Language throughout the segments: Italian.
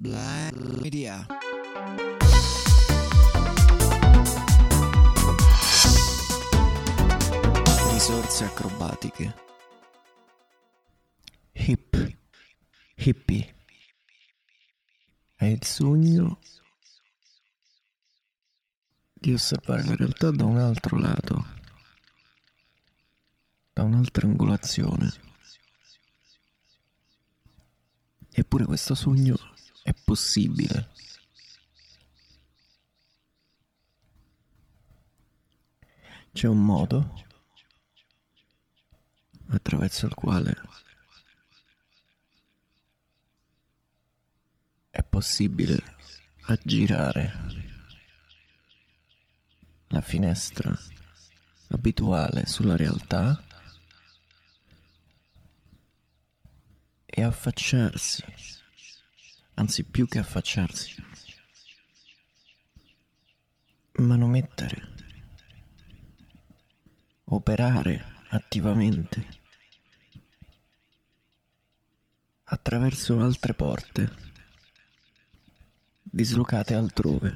Black Media. Risorse acrobatiche. Hippie è il sogno di osservare la realtà da un altro lato, da un'altra angolazione. Eppure questo sogno è possibile. C'è un modo attraverso il quale è possibile aggirare la finestra abituale sulla realtà e affacciarsi, anzi più che affacciarsi, manomettere, operare attivamente attraverso altre porte dislocate altrove.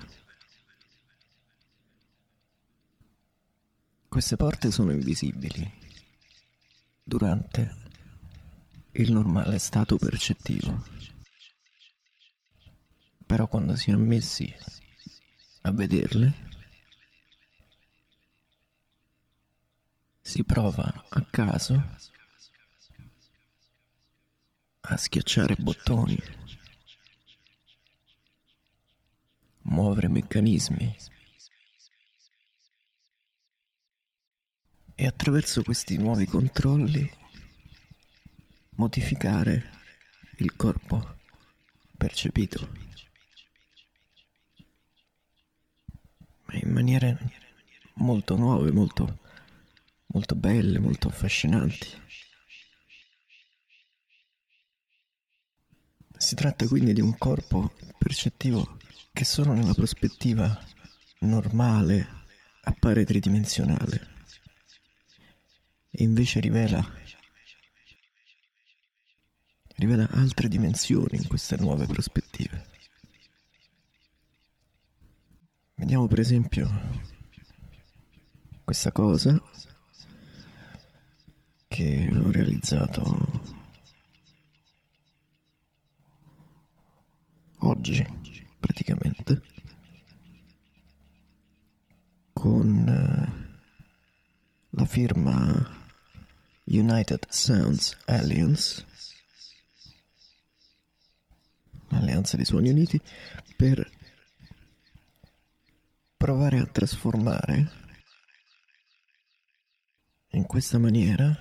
Queste porte sono invisibili durante il normale stato percettivo, però quando si è ammessi a vederle si prova a caso a schiacciare bottoni, muovere meccanismi e attraverso questi nuovi controlli modificare il corpo percepito, ma in maniere molto nuove, molto belle, molto affascinanti. Si tratta quindi di un corpo percettivo che solo nella prospettiva normale appare tridimensionale e invece rivela altre dimensioni in queste nuove prospettive. Vediamo per esempio questa cosa che ho realizzato oggi praticamente con la firma United Sounds Alliance, l'alleanza dei suoni uniti, per provare a trasformare in questa maniera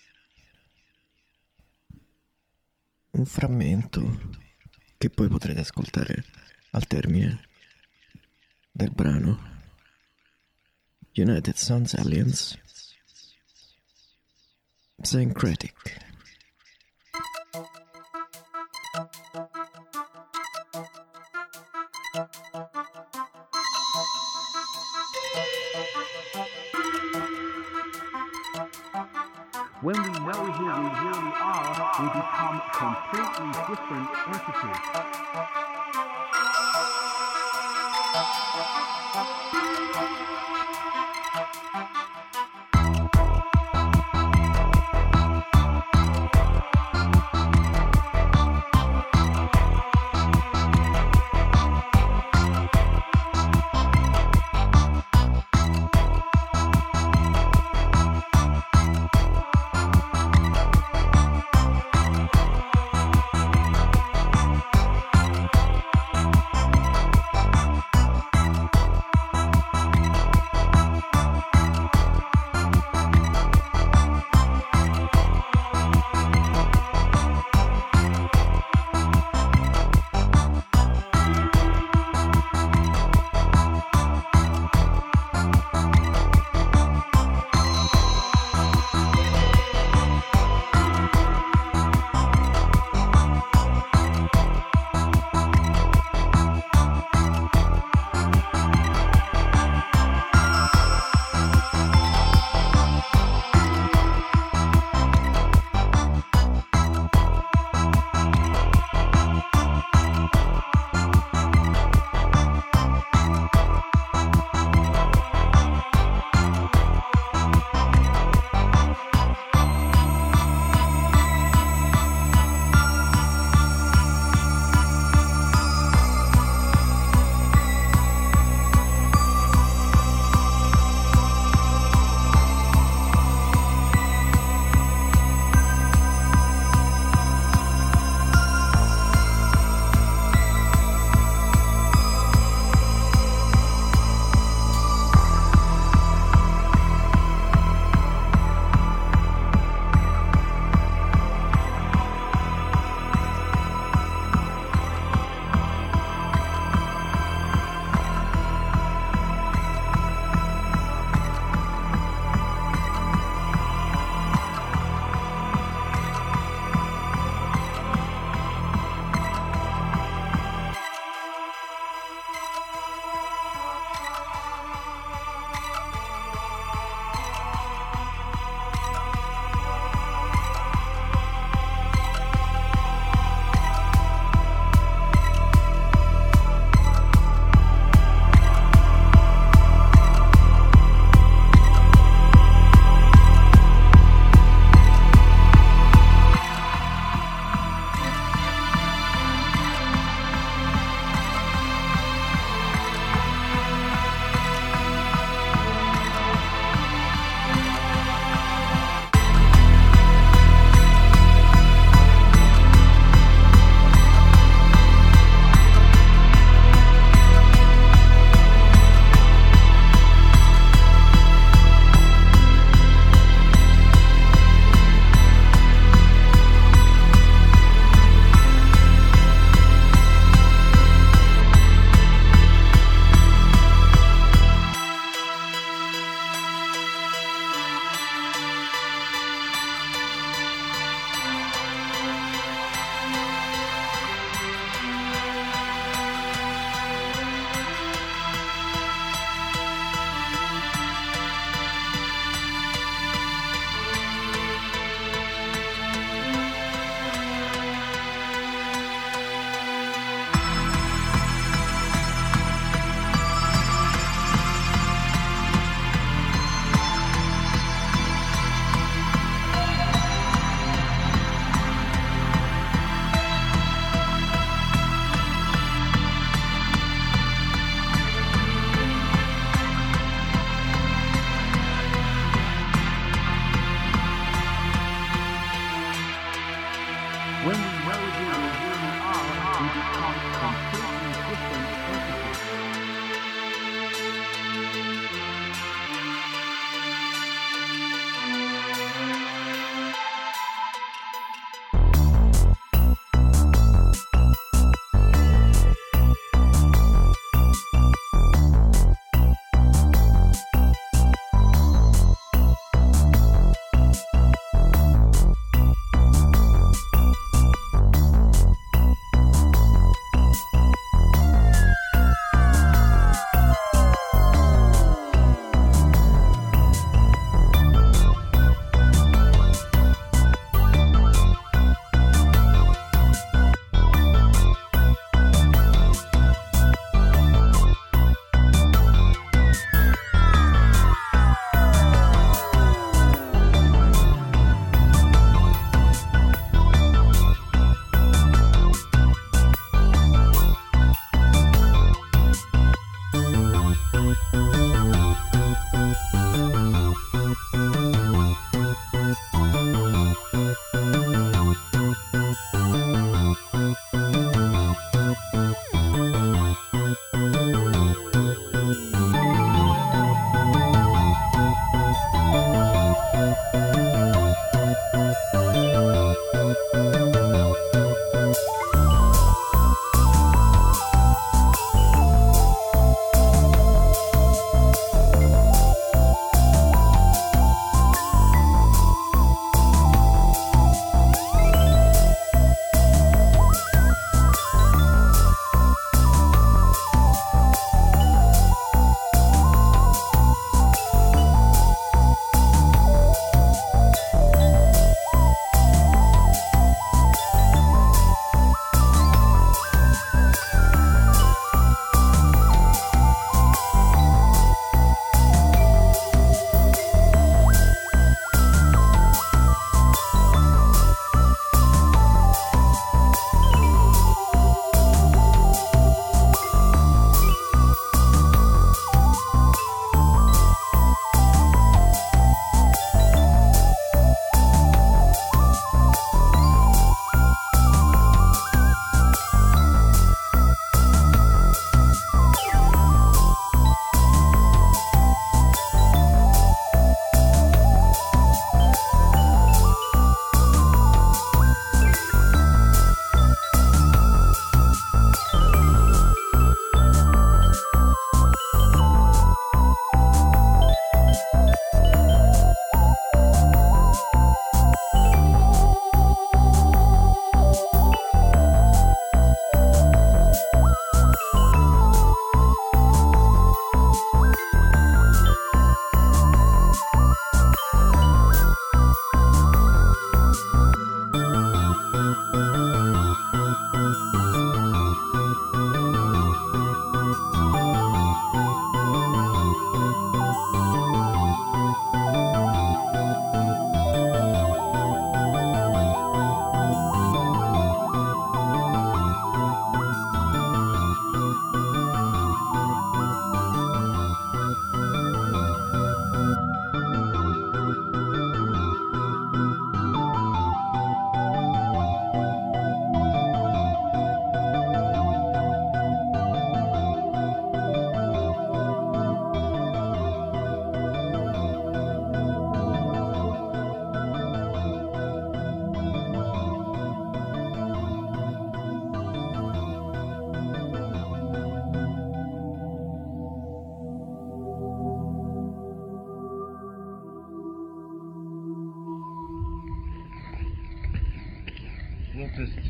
un frammento che poi potrete ascoltare al termine del brano United Sounds Alliance Syncretic. When we know who we really are, we become completely different entities.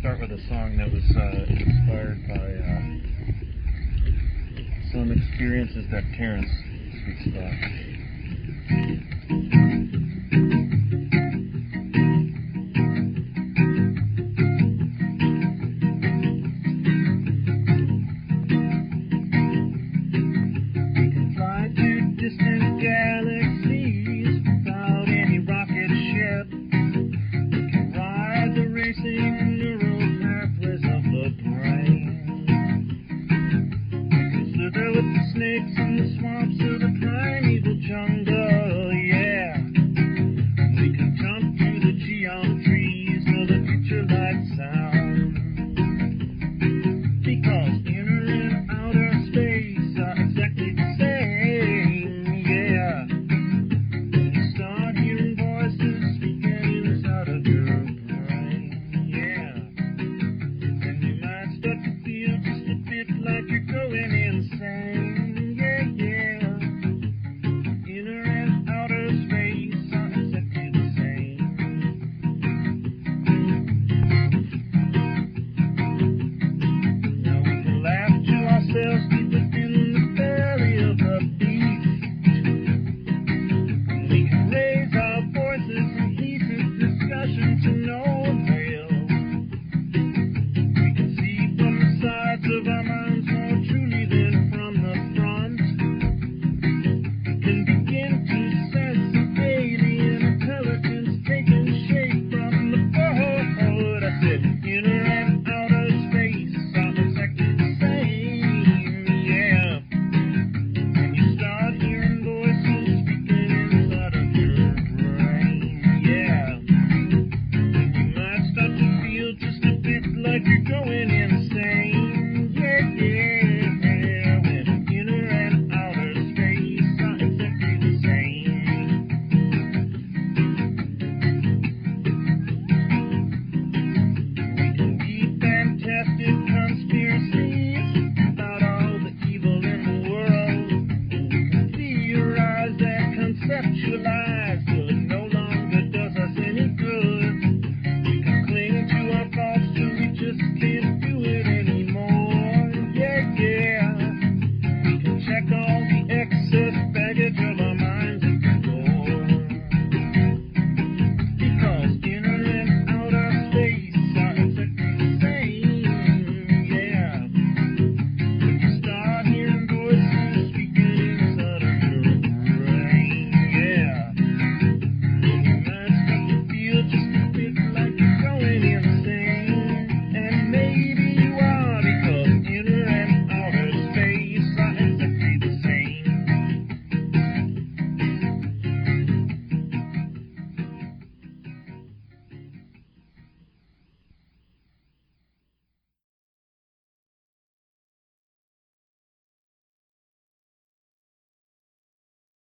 start with a song that was inspired by some experiences that Terrence speaks about.